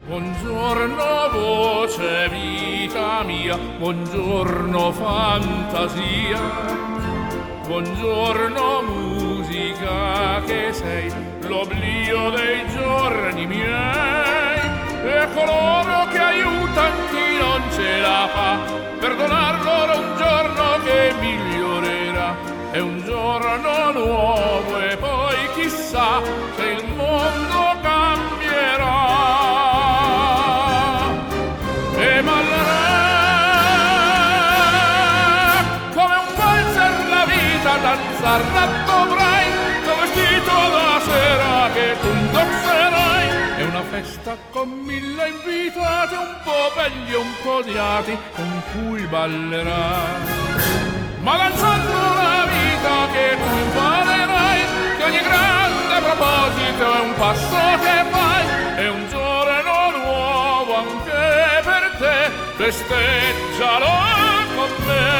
Buongiorno voce vita mia, buongiorno fantasia, buongiorno musica che sei l'oblio dei giorni miei e coloro che aiutan chi non ce la fa, perdonar loro un giorno che migliorerà, è un giorno nuovo e poi chissà se il mondo cambierà. E ballerà come un valzer la vita, danzar dovrai, tuo vestito da sera che tu indosserai. È una festa con 1000 invitati, un po' belli e un po' odiati, con cui ballerai. Ma danzando la vita che tu imparerai, che ogni grande proposito è un passo che fai, è un giorno nuovo anche per te, festeggialo con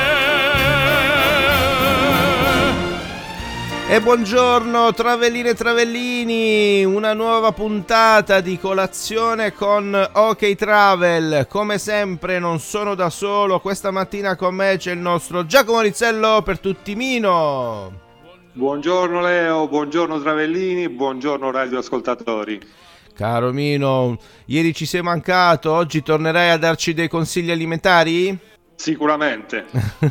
me. E buongiorno travelline e travellini, una nuova puntata di colazione con OK Travel. Come sempre non sono da solo, questa mattina con me c'è il nostro Giacomo Rizzello, per tutti Mino. Buongiorno Leo, buongiorno travellini, buongiorno radioascoltatori. Caro Mino, ieri ci sei mancato, oggi tornerai a darci dei consigli alimentari? Sicuramente.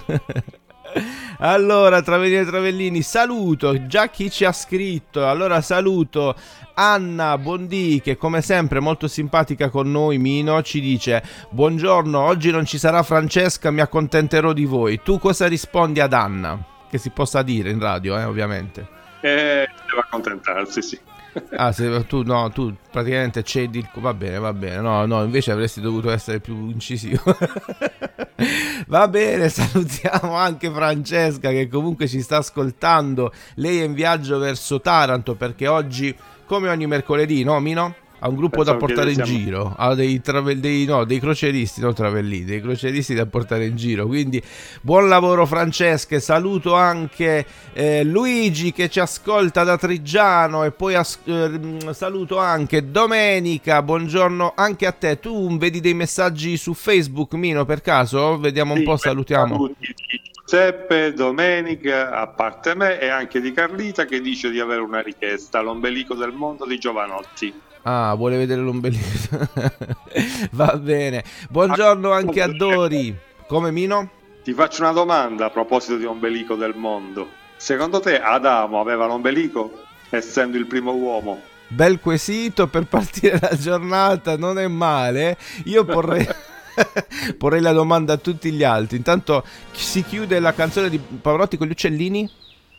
Allora, travellini e travellini, saluto già chi ci ha scritto. Allora saluto Anna Bondi, che come sempre molto simpatica con noi. Mino ci dice: buongiorno, oggi non ci sarà Francesca, mi accontenterò di voi. Tu cosa rispondi ad Anna? Che si possa dire in radio, ovviamente. Deve accontentarsi, sì. Ah, se tu praticamente cedi il... Va bene, no, invece avresti dovuto essere più incisivo. Va bene, salutiamo anche Francesca che comunque ci sta ascoltando. Lei è in viaggio verso Taranto perché oggi, come ogni mercoledì, no Mino? Ha un gruppo da portare in giro, ha dei croceristi, non travellini, dei croceristi da portare in giro, quindi buon lavoro Francesca. E saluto anche Luigi che ci ascolta da Trigiano e poi saluto anche Domenica, buongiorno anche a te. Tu vedi dei messaggi su Facebook, Mino, per caso? Vediamo un po', salutiamo. Saluti di Giuseppe, Domenica, a parte me, e anche di Carlita che dice di avere una richiesta, l'ombelico del mondo di Giovanotti. Ah, vuole vedere l'ombelico. Va bene. Buongiorno anche a Dori. Come, Mino? Ti faccio una domanda a proposito di ombelico del mondo. Secondo te Adamo aveva l'ombelico, essendo il primo uomo? Bel quesito per partire la giornata, non è male. Io porrei la domanda a tutti gli altri. Intanto si chiude la canzone di Pavarotti con gli uccellini.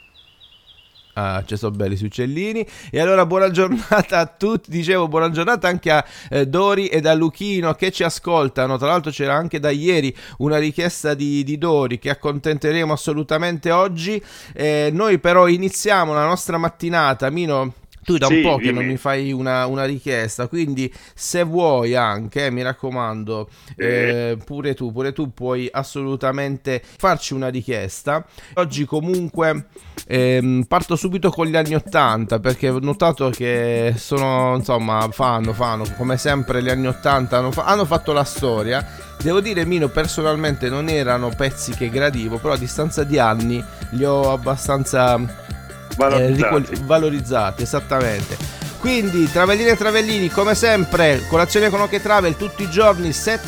Ah, ci sono belli sui uccellini. E allora buona giornata a tutti. Dicevo buona giornata anche a Dori e a Luchino che ci ascoltano. Tra l'altro c'era anche da ieri una richiesta di Dori che accontenteremo assolutamente oggi. Noi però iniziamo la nostra mattinata. Mino, tu da un po' che non mi fai una richiesta, quindi se vuoi anche, mi raccomando, pure tu puoi assolutamente farci una richiesta. Oggi comunque parto subito con gli anni 80 perché ho notato che sono, insomma, fanno come sempre gli anni 80 hanno fatto la storia. Devo dire, Mino, personalmente non erano pezzi che gradivo, però a distanza di anni li ho abbastanza valorizzati, esattamente. Quindi travelline e travellini, come sempre, colazione con OK Travel tutti i giorni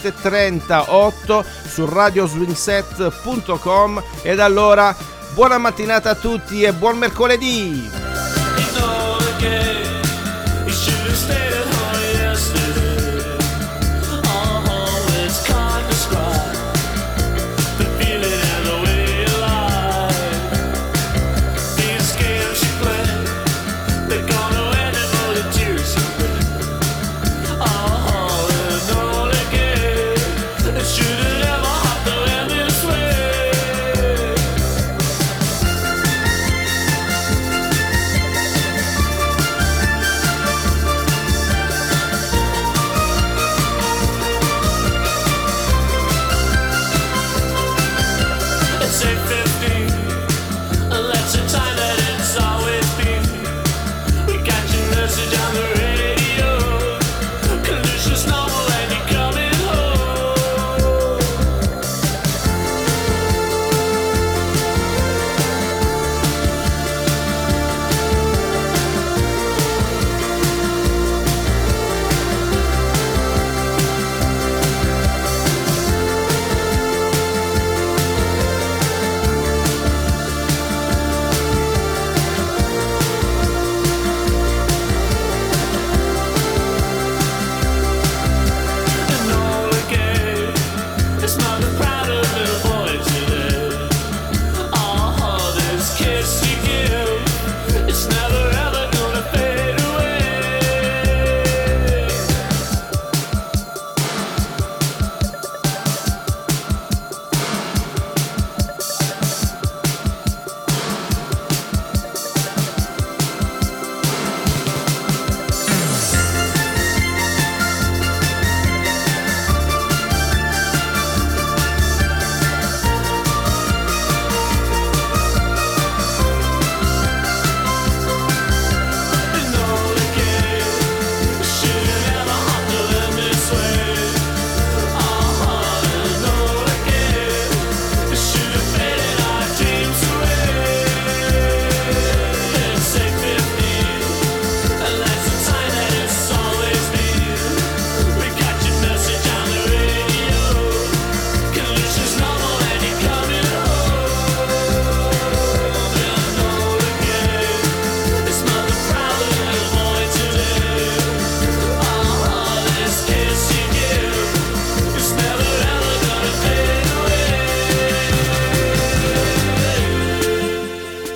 7:38 su radioswingset.com. ed allora buona mattinata a tutti e buon mercoledì.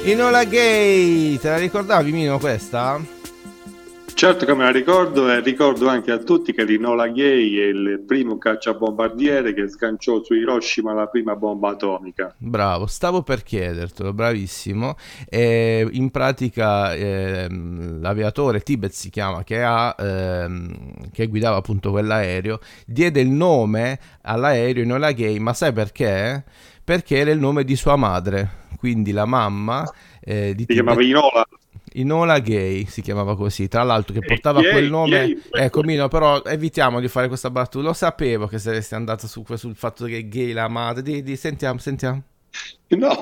Enola Gay, te la ricordavi Mino questa? Certo che me la ricordo, e ricordo anche a tutti che l'Enola Gay è il primo cacciabombardiere che sganciò su Hiroshima la prima bomba atomica. Bravo, stavo per chiedertelo, bravissimo. In pratica l'aviatore Tibet si chiama, che guidava appunto quell'aereo, diede il nome all'aereo Enola Gay, ma sai perché? Perché era il nome di sua madre, quindi la mamma di Tibet. Si chiamava Enola. Enola Gay si chiamava così, tra l'altro, che portava quel nome. Ecco Mino, però evitiamo di fare questa battuta, lo sapevo che saresti andato sul fatto che Gay la madre. Sentiamo. No.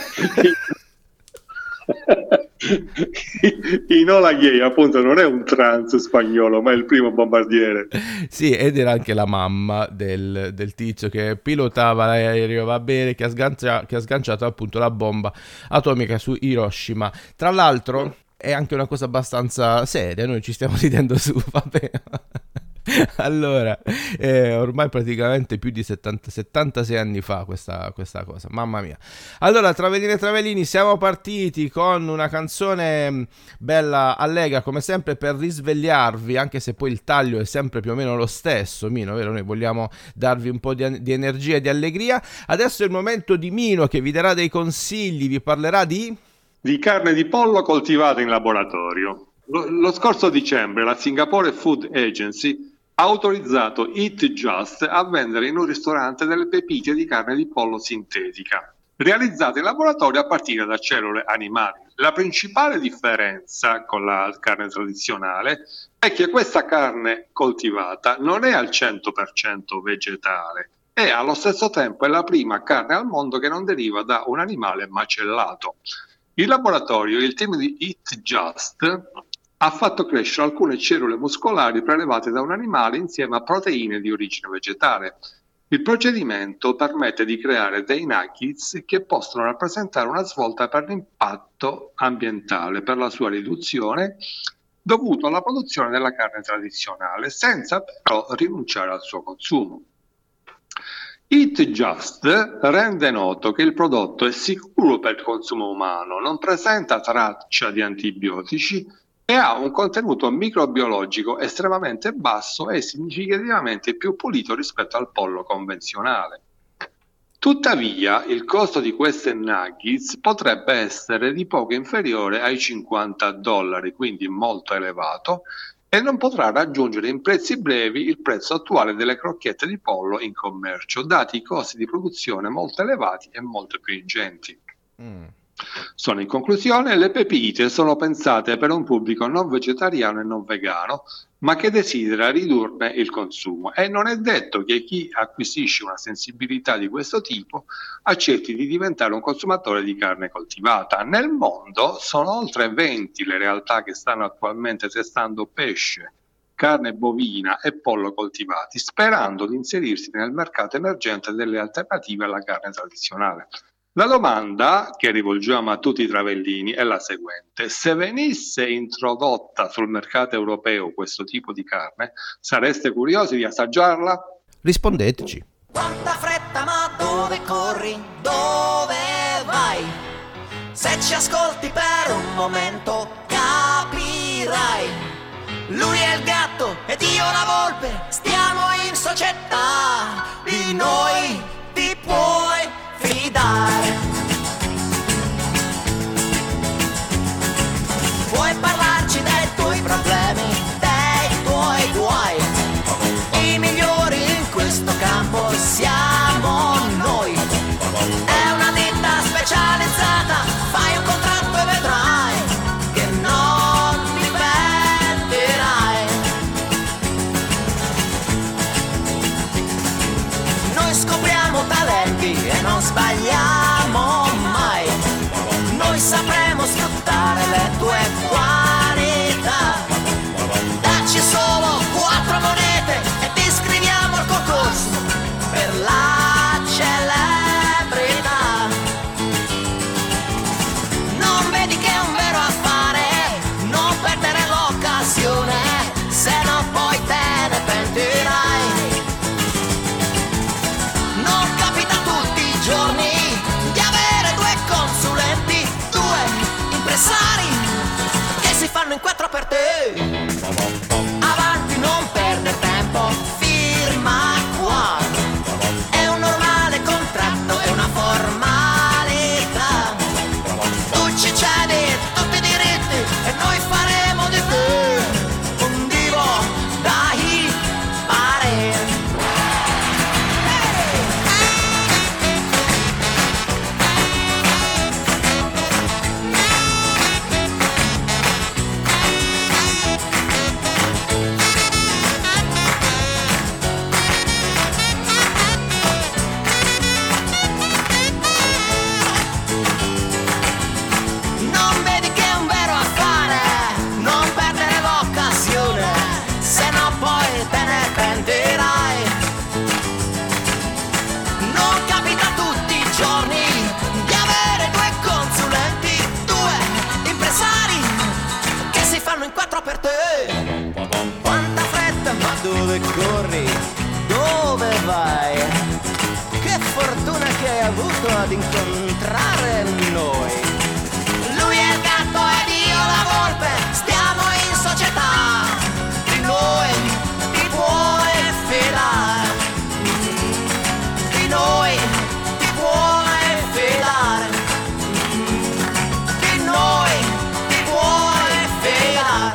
Enola Gay appunto non è un trans spagnolo, ma è il primo bombardiere. Sì, ed era anche la mamma del tizio che pilotava l'aereo, va bene, che ha sganciato appunto la bomba atomica su Hiroshima. Tra l'altro è anche una cosa abbastanza seria, noi ci stiamo ridendo su, vabbè. Allora, ormai praticamente più di 76 anni fa questa cosa, mamma mia. Allora, Travelline e Travellini, siamo partiti con una canzone bella, allegra, come sempre, per risvegliarvi, anche se poi il taglio è sempre più o meno lo stesso, Mino, vero? Noi vogliamo darvi un po' di energia e di allegria. Adesso è il momento di Mino, che vi darà dei consigli, vi parlerà di carne di pollo coltivata in laboratorio. Lo scorso dicembre la Singapore Food Agency ha autorizzato Eat Just a vendere in un ristorante delle pepite di carne di pollo sintetica, realizzate in laboratorio a partire da cellule animali. La principale differenza con la carne tradizionale è che questa carne coltivata non è al 100% vegetale e allo stesso tempo è la prima carne al mondo che non deriva da un animale macellato. In laboratorio il team di Eat Just ha fatto crescere alcune cellule muscolari prelevate da un animale insieme a proteine di origine vegetale. Il procedimento permette di creare dei nuggets che possono rappresentare una svolta per l'impatto ambientale per la sua riduzione dovuto alla produzione della carne tradizionale, senza però rinunciare al suo consumo. Eat Just rende noto che il prodotto è sicuro per il consumo umano, non presenta traccia di antibiotici e ha un contenuto microbiologico estremamente basso e significativamente più pulito rispetto al pollo convenzionale. Tuttavia, il costo di queste nuggets potrebbe essere di poco inferiore ai $50, quindi molto elevato, e non potrà raggiungere in prezzi brevi il prezzo attuale delle crocchette di pollo in commercio, dati i costi di produzione molto elevati e molto più ingenti. In conclusione, le pepite sono pensate per un pubblico non vegetariano e non vegano, ma che desidera ridurne il consumo, e non è detto che chi acquisisce una sensibilità di questo tipo accetti di diventare un consumatore di carne coltivata. Nel mondo sono oltre 20 le realtà che stanno attualmente testando pesce, carne bovina e pollo coltivati, sperando di inserirsi nel mercato emergente delle alternative alla carne tradizionale. La domanda che rivolgiamo a tutti i travellini è la seguente: se venisse introdotta sul mercato europeo questo tipo di carne, sareste curiosi di assaggiarla? Rispondeteci. Quanta fretta, ma dove corri? Dove vai? Se ci ascolti per un momento capirai. Lui è il gatto ed io la volpe, stiamo in società, di noi ti puoi fidare. Puoi parlarci dei tuoi problemi, dei tuoi guai. I migliori in questo campo siamo noi. È una ditta specializzata, fai un contratto e vedrai che non ti pentirai. Noi scopriamo talenti e non sbagliamo mai. Noi sapremo sfruttare le tue qualità. Dacci solo 4 monete e ti iscriviamo al concorso per la celebrità. Non vedi che è un vero affare, non perdere l'occasione, se no poi te ne pentirai. Non capita tutti i giorni dove vai? Che fortuna che hai avuto ad incontrare noi. Lui è il gatto ed io la volpe, stiamo in società, di noi ti puoi fidare, di noi ti puoi fidare, di noi ti puoi fidare.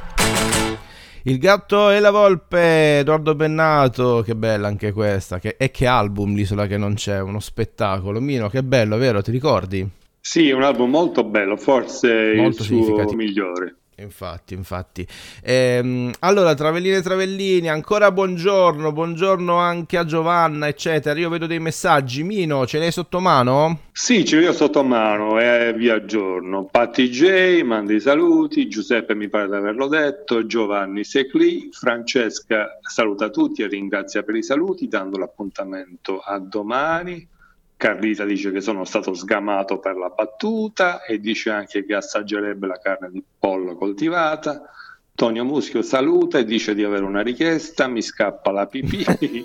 Il gatto e la volpe, Edoardo Bennato, che bella anche questa, e che album L'isola che non c'è, uno spettacolo. Mino, che bello, vero? Ti ricordi? Sì, è un album molto bello, forse Molto il suo significativo. migliore. Infatti. Allora, Travelline e Travellini, ancora buongiorno anche a Giovanna, eccetera. Io vedo dei messaggi. Mino, ce l'hai sotto mano? Sì, ce l'ho sotto mano e vi aggiorno. Patti J, manda i saluti, Giuseppe mi pare di averlo detto, Giovanni Secli, Francesca saluta tutti e ringrazia per i saluti, dando l'appuntamento a domani. Carlita dice che sono stato sgamato per la battuta e dice anche che assaggerebbe la carne di pollo coltivata. Tonio Muschio saluta e dice di avere una richiesta, mi scappa la pipì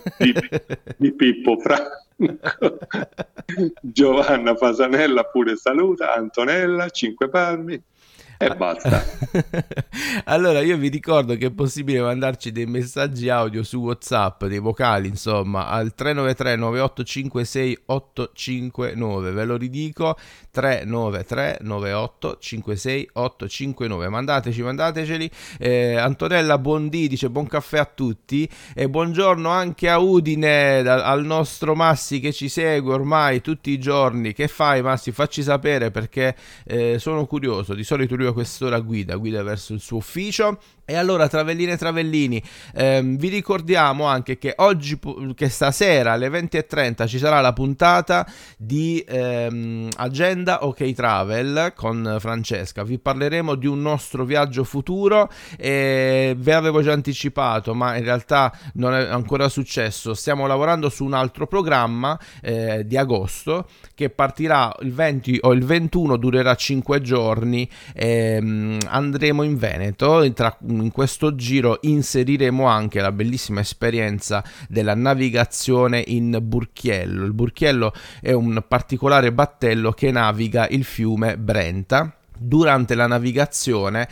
di Pippo Franco. Giovanna Fasanella pure saluta, Antonella, 5 palmi. E basta. Allora io vi ricordo che è possibile mandarci dei messaggi audio su WhatsApp, dei vocali insomma, al 393 9856 859. Ve lo ridico, 393 9856 859. Mandateceli. Antonella Bondi dice buon caffè a tutti e buongiorno anche a Udine, al nostro Massi che ci segue ormai tutti i giorni. Che fai, Massi? Facci sapere, perché sono curioso. Di solito lui a quest'ora guida verso il suo ufficio. E allora, Travelline e Travellini, vi ricordiamo anche che che stasera alle 20:30 ci sarà la puntata di Agenda OK Travel con Francesca. Vi parleremo di un nostro viaggio futuro, ve l'avevo già anticipato, ma in realtà non è ancora successo. Stiamo lavorando su un altro programma di agosto che partirà il 20 o il 21, durerà 5 giorni. Andremo in Veneto. In questo giro inseriremo anche la bellissima esperienza della navigazione in Burchiello. Il Burchiello è un particolare battello che naviga il fiume Brenta. Durante la navigazione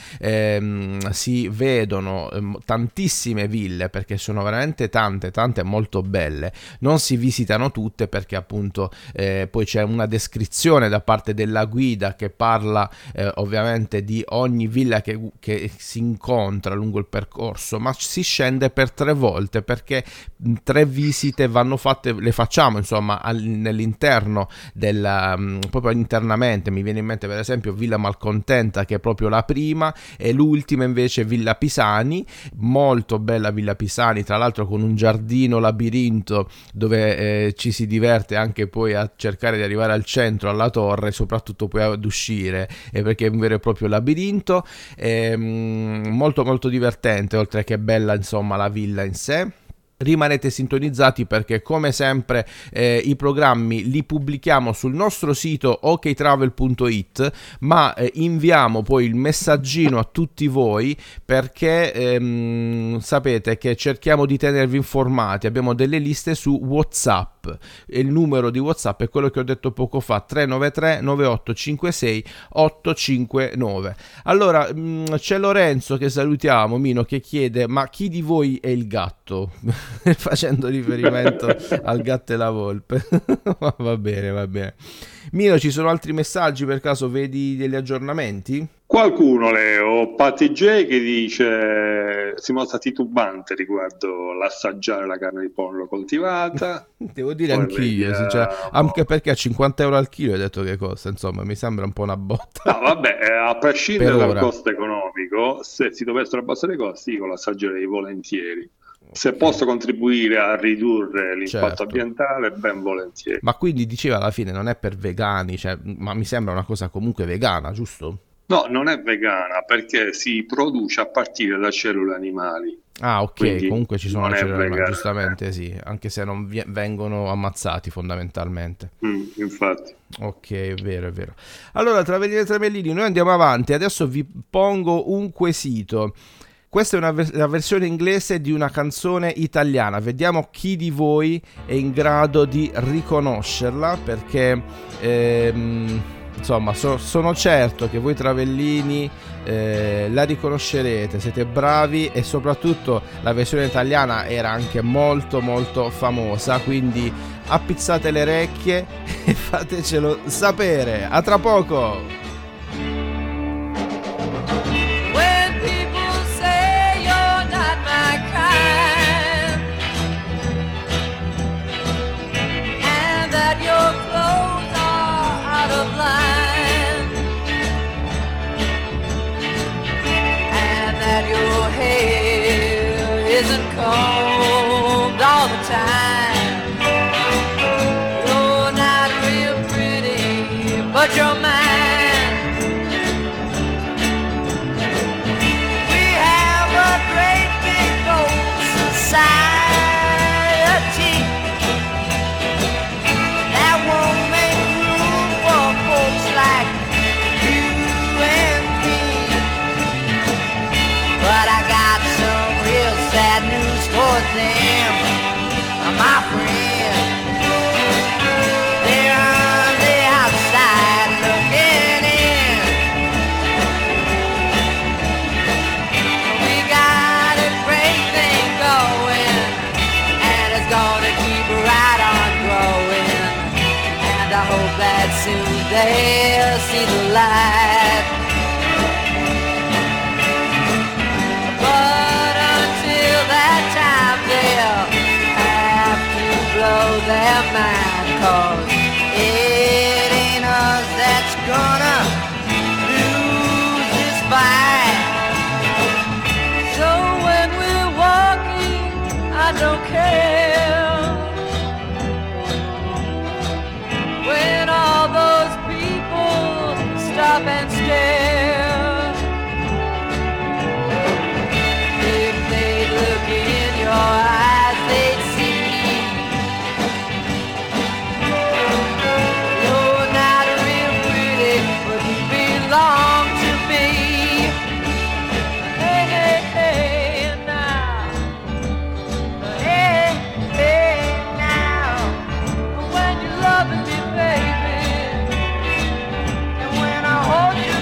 si vedono tantissime ville, perché sono veramente tante molto belle. Non si visitano tutte perché appunto poi c'è una descrizione da parte della guida che parla ovviamente di ogni villa che si incontra lungo il percorso, ma si scende per 3 volte perché 3 visite vanno fatte, le facciamo insomma nell'interno proprio internamente. Mi viene in mente per esempio Villa Malcontenta, che è proprio la prima, e l'ultima invece Villa Pisani, molto bella Villa Pisani, tra l'altro con un giardino labirinto dove ci si diverte anche poi a cercare di arrivare al centro, alla torre, soprattutto poi ad uscire, perché è un vero e proprio labirinto, molto divertente, oltre che bella insomma la villa in sé. Rimanete sintonizzati perché come sempre i programmi li pubblichiamo sul nostro sito oktravel.it, ma inviamo poi il messaggino a tutti voi perché sapete che cerchiamo di tenervi informati. Abbiamo delle liste su WhatsApp e il numero di WhatsApp è quello che ho detto poco fa, 393 9856 859. Allora c'è Lorenzo che salutiamo, Mino, che chiede: ma chi di voi è il gatto? Facendo riferimento al gatto e la volpe. Va bene. Mino, ci sono altri messaggi, per caso vedi degli aggiornamenti? Qualcuno, Leo, Patti J, che dice si mostra titubante riguardo l'assaggiare la carne di pollo coltivata. Devo dire anch'io, anche perché a 50 euro al chilo hai detto che costa, insomma mi sembra un po' una botta. No, vabbè, a prescindere dal costo economico, se si dovessero abbassare i costi, io lo assaggerei volentieri. Se posso contribuire a ridurre l'impatto ambientale, ben volentieri. Ma quindi diceva alla fine non è per vegani, ma mi sembra una cosa comunque vegana, giusto? No, non è vegana perché si produce a partire da cellule animali. Ah, ok, quindi comunque ci sono le cellule animali, giustamente sì, anche se non vengono ammazzati fondamentalmente. Infatti. Ok, è vero. Allora, Travelline e Travellini, noi andiamo avanti. Adesso vi pongo un quesito. Questa è la versione inglese di una canzone italiana. Vediamo chi di voi è in grado di riconoscerla, perché insomma sono certo che voi travellini la riconoscerete, siete bravi, e soprattutto la versione italiana era anche molto molto famosa, quindi appizzate le orecchie e fatecelo sapere. A tra poco. Isn't cold all the time. You're not real pretty, but you're mine. We have a great big old society that won't make room for folks like you and me. But I got some real sad news for them, my friend. They're on the outside looking in. We got a great thing going, and it's gonna keep right on growing. And I hope that soon they'll see the light. Blow their mind, 'cause it ain't us that's gonna lose this fight. So when we're walking, I don't care. When all those people stop and stare, if they look in your eyes, they'd see belong to me. Hey, hey, hey, now. Hey, hey, now. When you're loving me, baby, and when I hold you,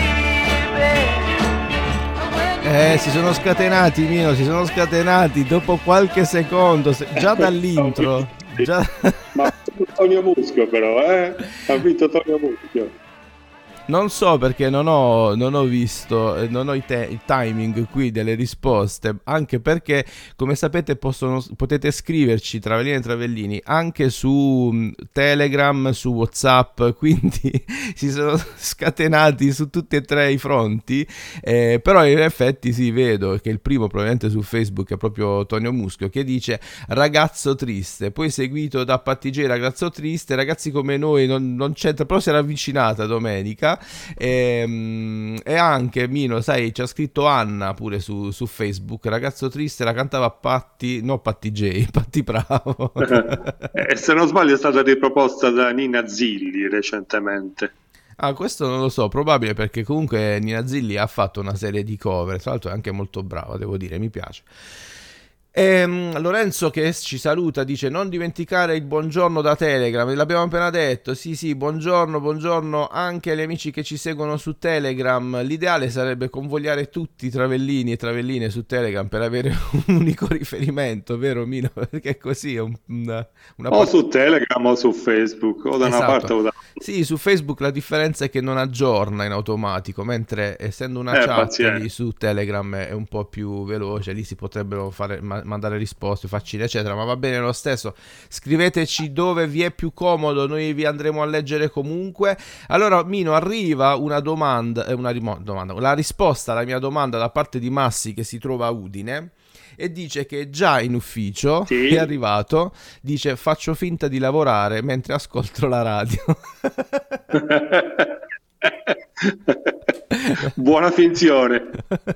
baby. Si sono scatenati, Mino, si sono scatenati dopo qualche secondo, già dall'intro. Già... Ma Tonio Muschio però, ha vinto Tonio Muschio. Non so, perché non ho visto, non ho il timing qui delle risposte, anche perché, come sapete, potete scriverci, Travellini e Travellini, anche su Telegram, su WhatsApp, quindi si sono scatenati su tutti e tre i fronti, però in effetti sì, vedo che il primo probabilmente su Facebook è proprio Tonio Muschio, che dice ragazzo triste, poi seguito da Patti J, ragazzo triste, ragazzi come noi, non c'entra, però si era avvicinata domenica. E anche Mino, sai, c'ha scritto Anna pure su Facebook, ragazzo triste, la cantava Patti J, Patti Bravo. E se non sbaglio è stata riproposta da Nina Zilli recentemente. Ah, questo non lo so, probabile, perché comunque Nina Zilli ha fatto una serie di cover, tra l'altro è anche molto brava, devo dire, mi piace. Lorenzo che ci saluta dice non dimenticare il buongiorno da Telegram, l'abbiamo appena detto, sì, buongiorno anche agli amici che ci seguono su Telegram. L'ideale sarebbe convogliare tutti i travellini e travelline su Telegram per avere un unico riferimento, vero Mino? Perché così è una o su Telegram o su Facebook, o da una parte o da... Sì, su Facebook la differenza è che non aggiorna in automatico, mentre essendo una chat lì su Telegram è un po' più veloce, lì si potrebbero mandare risposte facili eccetera, ma va bene lo stesso. Scriveteci dove vi è più comodo, noi vi andremo a leggere comunque. Allora Mino, arriva una domanda, la risposta alla mia domanda da parte di Massi, che si trova a Udine, e dice che già in ufficio è arrivato, dice faccio finta di lavorare mentre ascolto la radio. Buona finzione.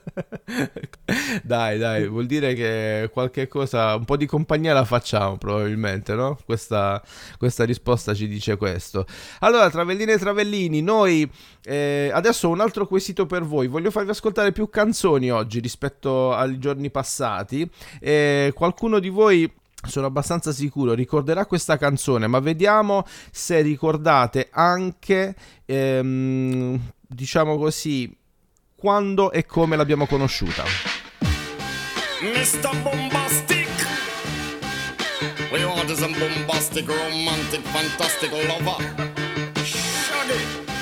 Dai, vuol dire che qualche cosa, un po' di compagnia la facciamo probabilmente, no? Questa risposta ci dice questo. Allora, Travelline e Travellini, noi adesso ho un altro quesito per voi. Voglio farvi ascoltare più canzoni oggi rispetto ai giorni passati. Qualcuno di voi, sono abbastanza sicuro, ricorderà questa canzone, ma vediamo se ricordate anche, diciamo così, quando e come l'abbiamo conosciuta. Mr. Bombastic, we want is a bombastic, romantic, fantastic lover. Shaggy,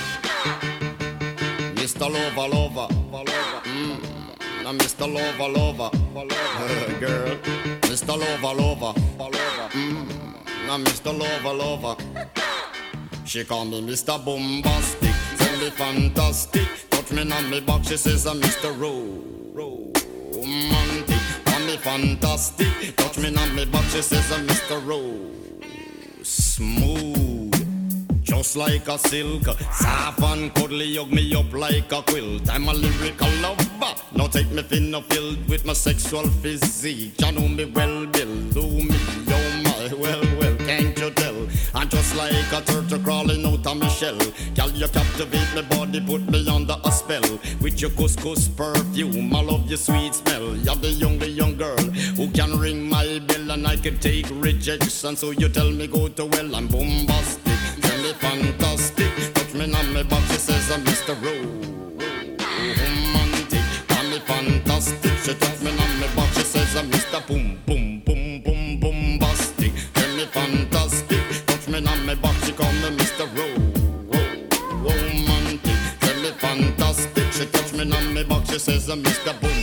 Mr. Lover, now Mr. Lover, girl, Mr. Lover, now Mr. Lover. She call me Mr. Bombastic, tell me fantastic. Touch me on me back, she says I'm Mr. Romantic. Call me fantastic, touch me on me back, she says I'm Mr. Smooth, just like a silk. Soft and cuddly, hug me up like a quilt. I'm a lyrical lover, now take me thin or filled with my sexual physique. You know me well, Bill, do me, oh my, well, can't you tell? I'm just like a turtle crawling out of my shell. Girl, you captivate my body, put me under a spell. With your couscous perfume, I love your sweet smell. You're the young girl who can ring my bell, and I can take rejection. So you tell me go to well, I'm bombastic, tell me fantastic. Touch me on my back, she says I'm Mr. Romantic. Tell me fantastic, she touch me on my back, she says I'm Mr. Boom bombastic. Tell me fantastic, touch me on my back, she call me Mr. Romantic. Tell me fantastic, she touch me on my back, she says I'm Mr. Boom.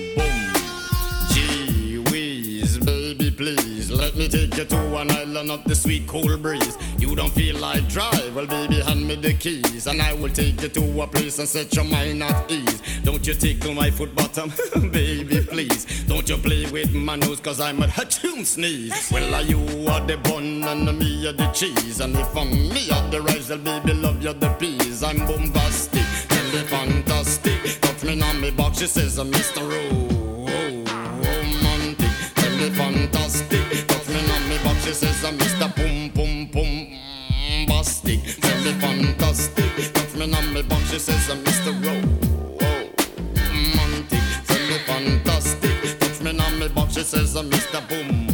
Gee whiz, baby please, let me take you to an island of the sweet cool breeze. You don't feel like drive, well baby hand me the keys, and I will take you to a place and set your mind at ease. Don't you tickle my foot bottom, baby please. Don't you play with my nose, cause I'm a hatchoon sneeze. Well you are the bun and me are the cheese, and if I'm me are the rice, well baby love you the peas. I'm bombastic, tell me fantastic. Touch me on me box, she says I'm Mr. Romantic. Tell me fantastic, touch me on me box, she says I'm Mr. Bombastic. Tell me fantastic, touch me on me box, she says I'm Mr. Romantic. Tell me fantastic, touch me on me box, she says I'm Mr. Boom.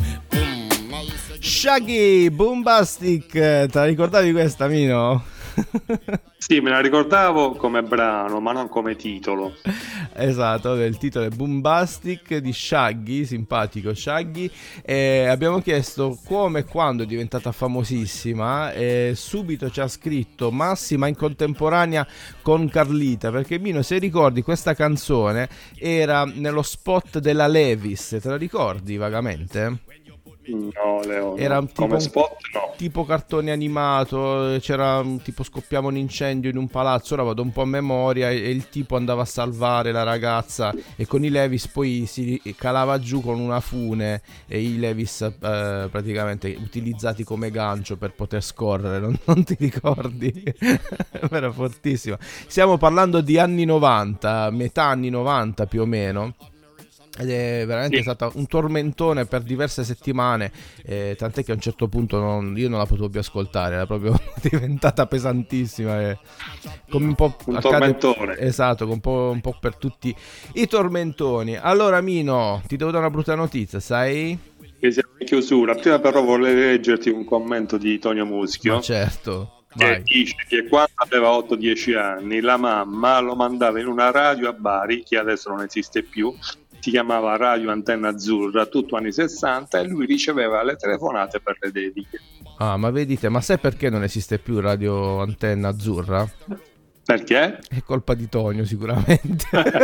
Shaggy, Bombastic, te la ricordavi questa, Mino? Sì, me la ricordavo come brano, ma non come titolo. Esatto, il titolo è Bombastic di Shaggy, simpatico Shaggy. Abbiamo chiesto come e quando è diventata famosissima, e subito ci ha scritto Massima in contemporanea con Carlita, perché Mino, se ricordi, questa canzone era nello spot della Levi's, te la ricordi vagamente? No, Leo, era tipo come spot no. Tipo cartone animato, c'era tipo scoppiava un incendio in un palazzo, ora vado un po' a memoria, e il tipo andava a salvare la ragazza e con i Levis poi si calava giù con una fune, e i Levis praticamente utilizzati come gancio per poter scorrere, non ti ricordi? Era fortissima. Stiamo parlando di anni 90, metà anni 90 più o meno. Ed è veramente stata un tormentone per diverse settimane, tant'è che a un certo punto io non la potevo più ascoltare, era proprio diventata pesantissima, come un po' un accade, tormentone. esatto, un po' per tutti i tormentoni. Allora Mino, ti devo dare una brutta notizia, sai? Che siamo in chiusura. Prima però vorrei leggerti un commento di Tonio Muschio. Ma certo. Che Vai. dice che quando aveva 8-10 anni la mamma lo mandava in una radio a Bari, che adesso non esiste più, si chiamava Radio Antenna Azzurra, tutto anni 60, e lui riceveva le telefonate per le dediche. Ah, ma vedete, ma sai perché non esiste più Radio Antenna Azzurra? Perché? È colpa di Tonio sicuramente.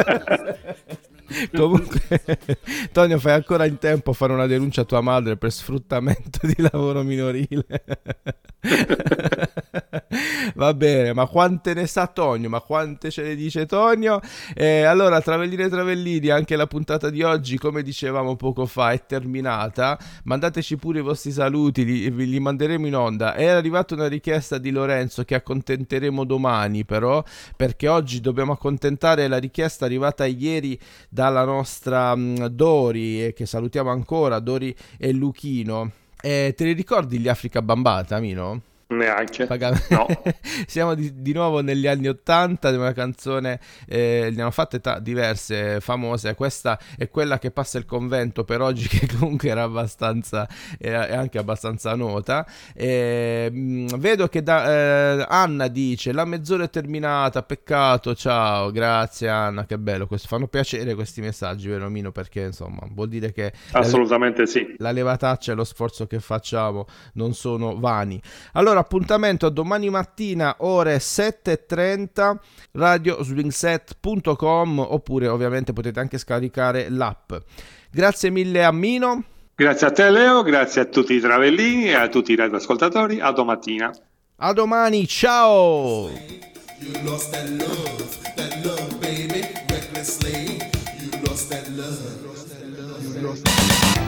Comunque Tonio, fai ancora in tempo a fare una denuncia a tua madre per sfruttamento di lavoro minorile. Va bene, ma quante ne sa Tonio? Ma quante ce ne dice Tonio? Allora, Travelline e Travellini, anche la puntata di oggi, come dicevamo poco fa, è terminata. Mandateci pure i vostri saluti, li manderemo in onda. È arrivata una richiesta di Lorenzo che accontenteremo domani, però, perché oggi dobbiamo accontentare la richiesta arrivata ieri dalla nostra Dori, che salutiamo ancora, Dori e Luchino. Te li ricordi gli Africa Bambata, Mino? Neanche. No. Siamo di nuovo negli anni '80, di una canzone, ne hanno fatte diverse famose. Questa è quella che passa il convento per oggi, che comunque è anche abbastanza nota. Vedo che Anna dice: la mezz'ora è terminata, peccato, ciao. Grazie Anna, che bello, fanno piacere questi messaggi, vero Mino? Perché insomma vuol dire che assolutamente sì, la levataccia e lo sforzo che facciamo non sono vani. Allora, appuntamento a domani mattina ore 7:30, radioswingset.com, oppure ovviamente potete anche scaricare l'app. Grazie mille a Mino. Grazie a te Leo, grazie a tutti i Travellini e a tutti i radioascoltatori. A domattina. A domani, ciao. You lost that love, baby, recklessly. You lost that love, you lost that love.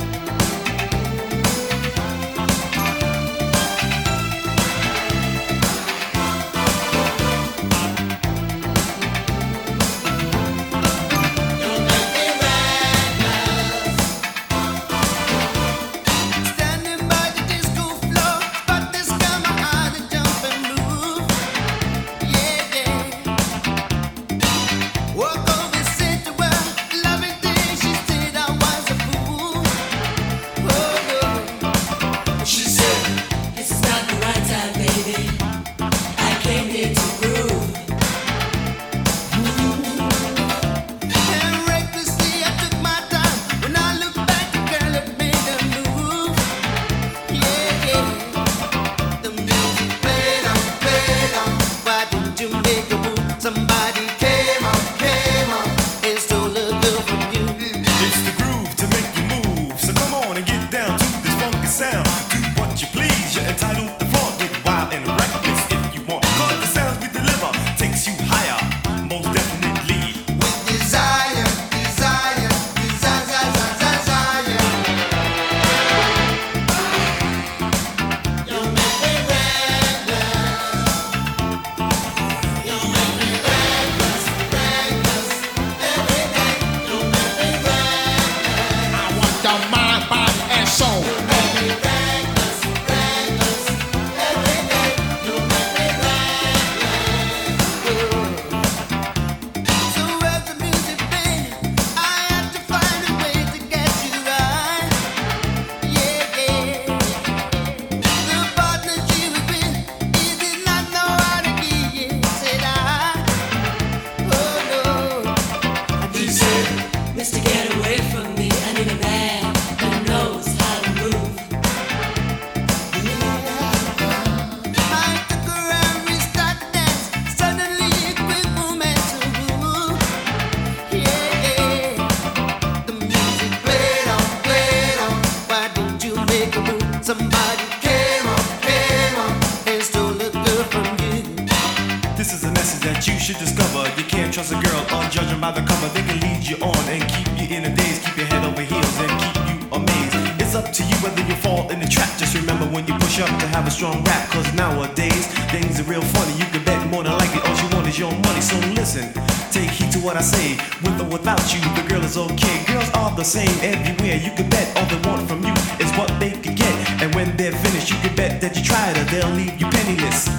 Strong rap, cause nowadays things are real funny. You can bet more than likely all you want is your money. So listen, take heed to what I say. With or without you, the girl is okay. Girls are the same everywhere. You can bet all they want from you is what they could get. And when they're finished, you can bet that you tried her, they'll leave you penniless.